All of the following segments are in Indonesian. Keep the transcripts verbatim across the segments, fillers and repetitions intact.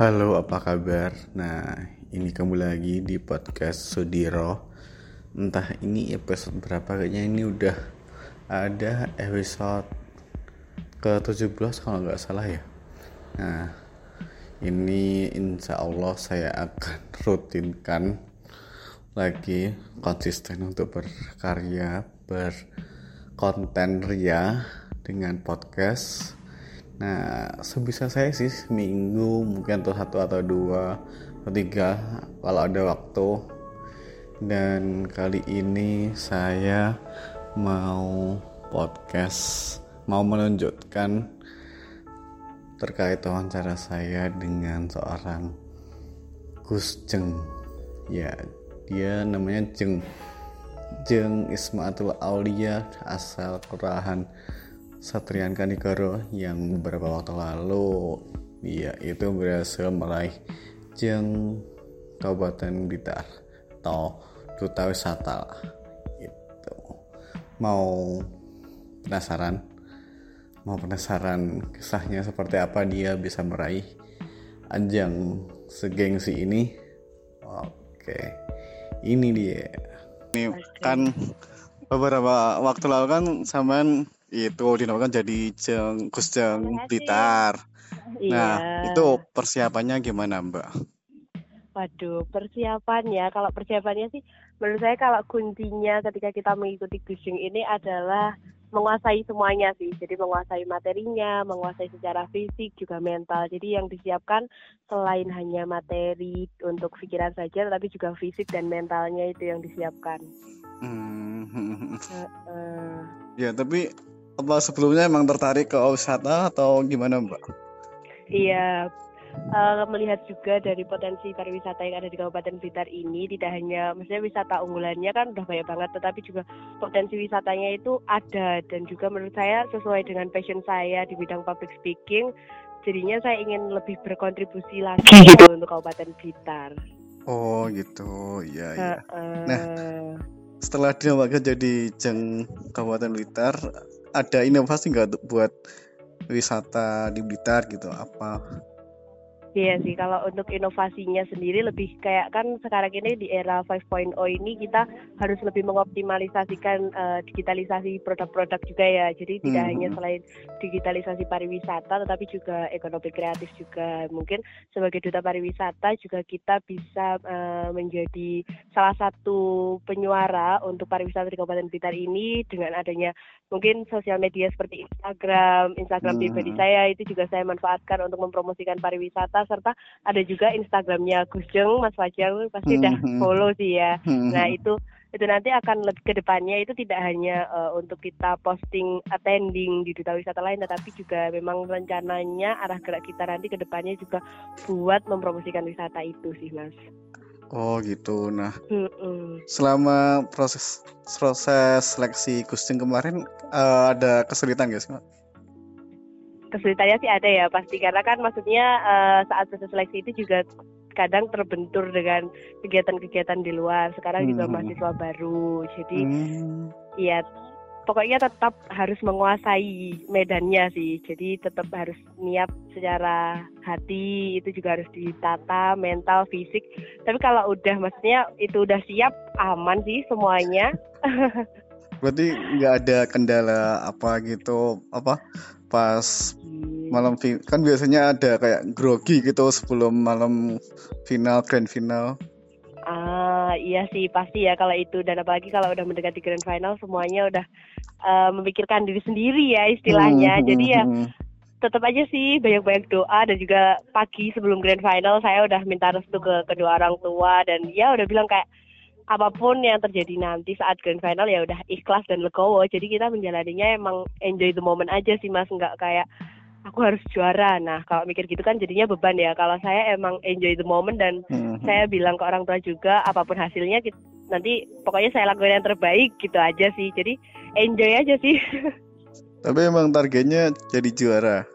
Halo, apa kabar? Nah, ini kamu lagi di podcast Sudiro. Entah ini episode berapa, kayaknya ini udah ada episode ke tujuh belas kalau nggak salah ya. Nah, ini insya Allah saya akan rutinkan lagi konsisten untuk berkarya, berkonten ria dengan podcast. Nah, sebisa saya sih seminggu mungkin atau satu atau dua atau tiga kalau ada waktu. Dan kali ini saya mau podcast, mau menunjukkan terkait wawancara saya dengan seorang Gus Jeng. Ya, dia namanya Jeng Jeng Ismatul Aulia, asal Kelurahan Satrian Kanigoro, yang beberapa waktu lalu dia itu berhasil meraih Jeng Kabupaten Blitar atau Duta Wisata itu. Mau penasaran? Mau penasaran kisahnya seperti apa dia bisa meraih ajang segengsi ini? Oke, ini dia. Ini kan beberapa waktu lalu kan sampean itu dinamakan jadi Jeng Gus Jeng Blitar. Nah, Iya. itu persiapannya gimana, Mbak? Waduh, persiapan ya. Kalau persiapannya sih, menurut saya kalau kuncinya ketika kita mengikuti Gus Jeng ini adalah menguasai semuanya sih. Jadi menguasai materinya, menguasai secara fisik juga mental. Jadi yang disiapkan selain hanya materi untuk pikiran saja, tapi juga fisik dan mentalnya itu yang disiapkan. Hmm. Uh-uh. Ya, tapi apa sebelumnya emang tertarik ke wisata atau gimana, Mbak? Iya. Uh, melihat juga dari potensi pariwisata yang ada di Kabupaten Blitar ini, tidak hanya maksudnya wisata unggulannya kan udah banyak banget, tetapi juga potensi wisatanya itu ada, dan juga menurut saya sesuai dengan passion saya di bidang public speaking. Jadinya saya ingin lebih berkontribusi lagi gitu untuk Kabupaten Blitar. Oh gitu, ya ya. Uh, Nah, setelah dinamakan jadi Jeng Kabupaten Blitar, ada inovasi nggak buat wisata di Blitar gitu? Apa? Iya sih, kalau untuk inovasinya sendiri lebih kayak kan sekarang ini di era lima titik nol ini kita harus lebih mengoptimalisasikan uh, digitalisasi produk-produk juga ya. Jadi tidak hmm. hanya selain digitalisasi pariwisata, tetapi juga ekonomi kreatif juga. Mungkin sebagai duta pariwisata juga kita bisa uh, menjadi salah satu penyuara untuk pariwisata di Kabupaten Blitar ini dengan adanya mungkin sosial media seperti Instagram, Instagram hmm. pribadi saya itu juga saya manfaatkan untuk mempromosikan pariwisata, serta ada juga Instagramnya Gus Jeng, Mas Fajar pasti udah hmm. follow sih ya. Hmm. Nah itu itu nanti akan lebih ke depannya itu tidak hanya uh, untuk kita posting attending di duta wisata lain, tetapi juga memang rencananya arah gerak kita nanti ke depannya juga buat mempromosikan wisata itu sih, Mas. Oh gitu. Nah, Mm-mm. selama proses proses seleksi Gus Jeng kemarin uh, ada kesulitan nggak sih, Mbak? Kesulitannya sih ada ya pasti, karena kan maksudnya uh, saat proses seleksi itu juga kadang terbentur dengan kegiatan-kegiatan di luar. Sekarang hmm. juga mahasiswa baru, jadi hmm. ya pokoknya tetap harus menguasai medannya sih. Jadi tetap harus niat secara hati, itu juga harus ditata, mental, fisik. Tapi kalau udah maksudnya itu udah siap, aman sih semuanya. Berarti nggak ada kendala apa gitu, apa pas malam fi- kan biasanya ada kayak grogi gitu sebelum malam final, grand final. Ah iya sih pasti ya kalau itu, dan apalagi kalau udah mendekati grand final semuanya udah uh, memikirkan diri sendiri ya istilahnya. Hmm, Jadi ya hmm. tetap aja sih banyak-banyak doa, dan juga pagi sebelum grand final saya udah minta restu ke kedua orang tua, dan ya udah bilang kayak apapun yang terjadi nanti saat grand final ya udah ikhlas dan legowo. Jadi kita menjalaninya emang enjoy the moment aja sih Mas, nggak kayak aku harus juara. Nah kalau mikir gitu kan jadinya beban ya. Kalau saya emang enjoy the moment, dan mm-hmm. saya bilang ke orang tua juga apapun hasilnya kita, nanti pokoknya saya lakuin yang terbaik gitu aja sih. Jadi enjoy aja sih. Tapi emang targetnya jadi juara?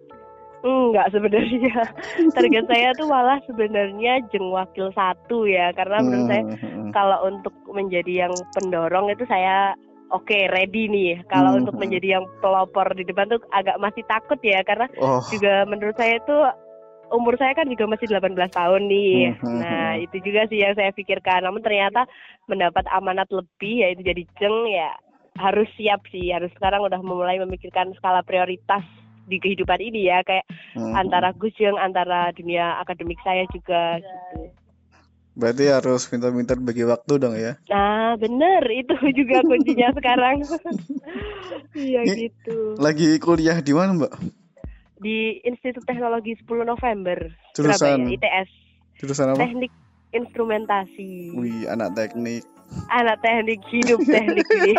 Enggak sebenarnya. Target saya tuh malah sebenarnya Jeng wakil satu ya. Karena menurut saya kalau untuk menjadi yang pendorong itu saya oke, okay, ready nih. Kalau hmm. untuk menjadi yang pelopor di depan tuh agak masih takut ya, karena oh. juga menurut saya itu umur saya kan juga masih delapan belas tahun nih. Hmm. Nah, itu juga sih yang saya pikirkan. Namun ternyata mendapat amanat lebih, yaitu jadi jeng, ya harus siap sih. Harus sekarang udah mulai memikirkan skala prioritas di kehidupan ini ya. Kayak Hmm. antara Gus Jeng, antara dunia akademik saya juga gitu. Berarti harus pintar-pintar bagi waktu dong ya. Nah, bener. Itu juga kuncinya sekarang. Iya Ini gitu. lagi kuliah di mana, Mbak? Di Institut Teknologi sepuluh November, Jurusan? Surabaya, I T S. Jurusan apa? Teknik Instrumentasi. Wih, anak teknik. Anak teknik hidup, teknik ini.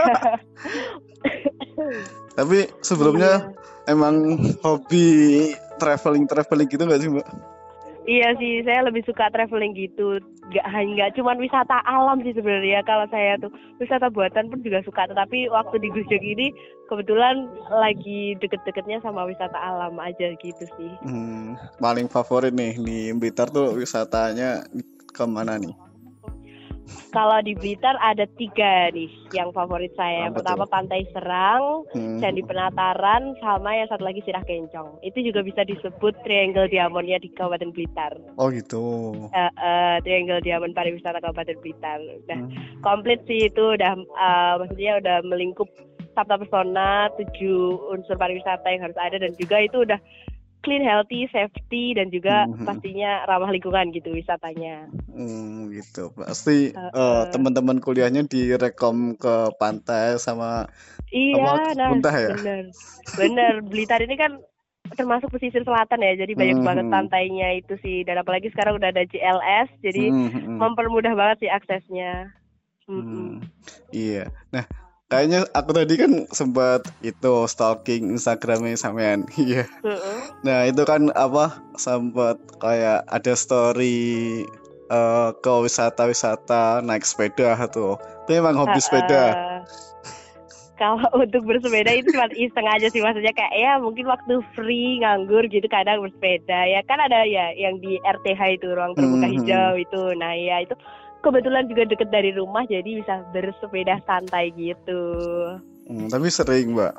Tapi sebelumnya emang hobi traveling-traveling gitu nggak sih, Mbak? Iya sih, saya lebih suka traveling gitu. Gak hanya cuma wisata alam sih sebenarnya. Kalau saya tuh wisata buatan pun juga suka. Tetapi waktu di Gus Jeng ini kebetulan lagi deket-deketnya sama wisata alam aja gitu sih. Hmm, paling favorit nih di Blitar tuh wisatanya kemana nih? Kalau di Blitar ada tiga nih yang favorit saya. Yang Apa pertama tuh? Pantai Serang, Hmm. Candi Penataran, sama yang satu lagi Sirah Kencong. Itu juga bisa disebut Triangle Diamondnya di Kabupaten Blitar. Oh gitu. Uh, uh, Triangle Diamond Pariwisata Kabupaten Blitar. Udah Hmm. komplit sih itu, udah uh, maksudnya udah melingkup sabta pesona, tujuh unsur pariwisata yang harus ada, dan juga itu udah clean, healthy, safety, dan juga Hmm. pastinya ramah lingkungan gitu wisatanya. Hmm, gitu. Pasti Uh, eh, uh. teman-teman kuliahnya direkom ke pantai sama Iya, apa, nah Muntah ya? bener, bener. Blitar ini kan termasuk pesisir selatan ya, jadi banyak Hmm. banget pantainya itu sih. Dan apalagi sekarang udah ada J L S, jadi Hmm. Hmm. mempermudah banget sih aksesnya. Mm-mm. Hmm. Iya. Nah, kayaknya aku tadi kan sempat itu stalking Instagramnya sampean. Iya. Mm-mm. Nah, itu kan apa sempat kayak ada story eh, ke wisata-wisata naik sepeda tuh. Itu emang hobi Uh, sepeda. uh. Kalau untuk bersepeda itu cuma iseng aja sih, maksudnya kayak ya mungkin waktu free nganggur gitu kadang bersepeda. Ya kan ada ya yang di R T H itu, ruang terbuka Hmm. hijau itu. Nah ya itu kebetulan juga deket dari rumah, jadi bisa bersepeda santai gitu. Hmm, tapi sering, Mbak.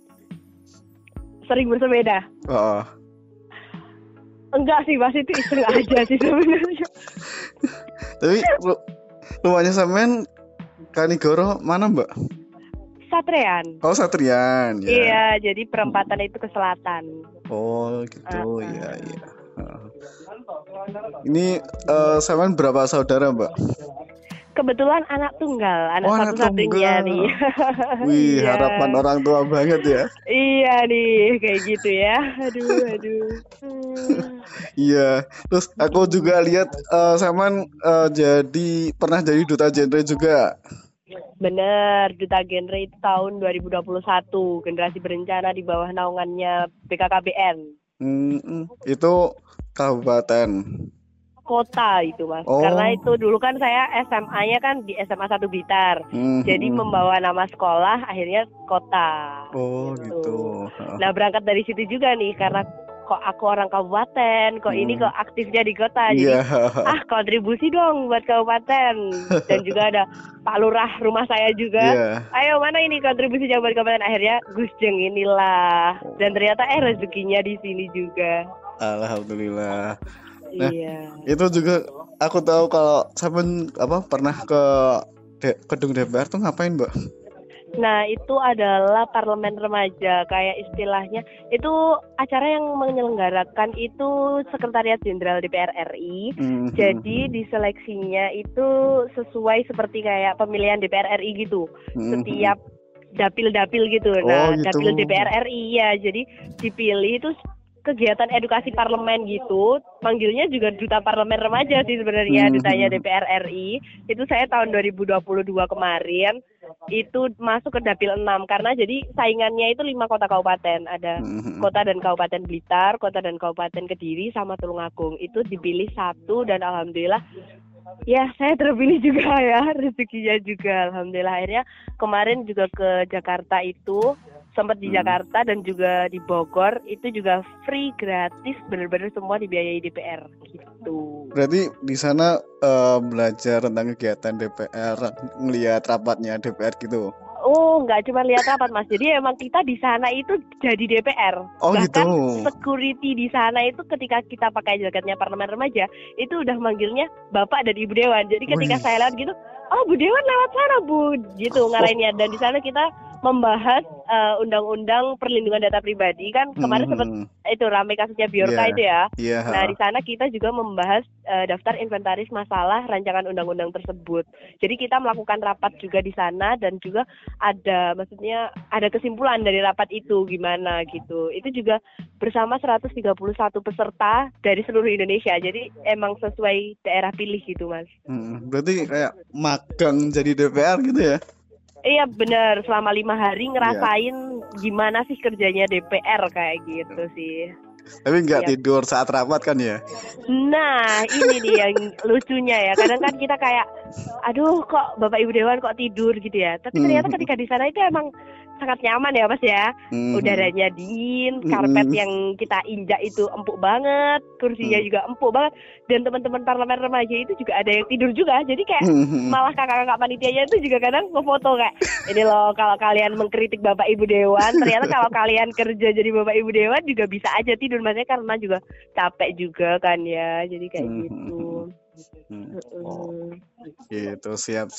Sering bersepeda? Oh. Enggak sih Mas, itu iseng aja sih sebenarnya. Tapi ru- rumahnya sampean Kanigoro mana, Mbak? Satrean. Oh, Satrian ya. Iya, jadi perempatan itu ke selatan. Oh, gitu. Uh, Iya, uh. iya. Uh. Ini eh, sampean berapa saudara, Mbak? Kebetulan anak tunggal, anak Oh, anak satu-satunya tunggal. nih. Wih, Iya. harapan orang tua banget ya. Iya nih, kayak gitu ya. Aduh, aduh. Hmm. Iya. Terus aku juga lihat eh, sampean eh, jadi pernah jadi duta genre juga. Bener, Duta Genre itu tahun dua ribu dua puluh satu, generasi berencana di bawah naungannya B K K B N. Hmm, itu kabupaten. Kota itu Mas, Oh. karena itu dulu kan saya S M A-nya kan di S M A satu Blitar, Hmm, jadi hmm. membawa nama sekolah akhirnya kota. Oh, gitu. Nah berangkat dari situ juga nih, karena kok aku orang kabupaten, kok ini Hmm. kok aktifnya di kota, jadi Iya. ah kontribusi dong buat kabupaten. Dan juga ada Pak Lurah rumah saya juga. Iya. Ayo mana ini kontribusi buat kabupaten, akhirnya Gus Jeng inilah. Dan ternyata eh rezekinya di sini juga. Alhamdulillah. Nah, Iya. itu juga aku tahu kalau sampean apa pernah ke de- gedung D P R tuh ngapain, Mbak? Nah itu adalah parlemen remaja, kayak istilahnya itu acara yang menyelenggarakan itu Sekretariat Jenderal D P R R I. Hmm. Jadi diseleksinya itu sesuai seperti kayak pemilihan D P R R I gitu. Hmm. Setiap dapil-dapil gitu. Oh, Nah gitu. dapil D P R R I ya, jadi dipilih itu kegiatan edukasi parlemen gitu. Manggilnya juga duta parlemen remaja sih sebenarnya, Hmm. dutanya D P R R I. Itu saya tahun dua ribu dua puluh dua kemarin itu masuk ke dapil enam, karena jadi saingannya itu lima kota kabupaten, ada Hmm. kota dan kabupaten Blitar, kota dan kabupaten Kediri, sama Tulungagung. Itu dipilih satu dan alhamdulillah ya saya terpilih juga ya, rezekinya juga alhamdulillah. Akhirnya kemarin juga ke Jakarta itu, sempat di Hmm. Jakarta dan juga di Bogor, itu juga free, gratis, bener-bener semua dibiayai D P R gitu. Berarti di sana eh, belajar tentang kegiatan D P R, ngelihat rapatnya D P R gitu. Oh, nggak cuma lihat rapat Mas. Jadi emang kita di sana itu jadi D P R. Oh, Bahkan gitu. security di sana itu ketika kita pakai jaketnya parlemen remaja, itu udah manggilnya Bapak dan Ibu Dewan. Jadi ketika Wih. saya lewat gitu, oh Bu Dewan lewat sana Bu, gitu ngarahinnya. Dan di sana kita membahas uh, undang-undang perlindungan data pribadi kan kemarin Hmm. sempat itu ramai kasusnya Biorka Iya. itu ya. Iya. Nah di sana kita juga membahas uh, daftar inventaris masalah rancangan undang-undang tersebut. Jadi kita melakukan rapat juga di sana dan juga ada maksudnya ada kesimpulan dari rapat itu gimana gitu. Itu juga bersama seratus tiga puluh satu peserta dari seluruh Indonesia. Jadi emang sesuai daerah pilih gitu Mas. Hmm, berarti kayak magang jadi D P R gitu ya? Iya benar, selama lima hari ngerasain gimana sih kerjanya D P R kayak gitu sih. Tapi nggak Iya. tidur saat rapat kan ya? Nah ini nih yang lucunya ya, kadang kan kita kayak aduh kok Bapak Ibu Dewan kok tidur gitu ya. Tapi ternyata ketika di sana itu emang sangat nyaman ya Mas ya. Hmm. Udaranya dingin, karpet yang kita injak itu empuk banget, kursinya juga empuk banget. Dan teman-teman parlemen remaja itu juga ada yang tidur juga. Jadi kayak malah kakak-kakak panitianya itu juga kadang ngefoto kayak ini loh kalau kalian mengkritik Bapak Ibu Dewan, ternyata kalau kalian kerja jadi Bapak Ibu Dewan juga bisa aja tidur, maksudnya karena juga capek juga kan ya. Jadi kayak gitu. Hmm. Oh, gitu siap.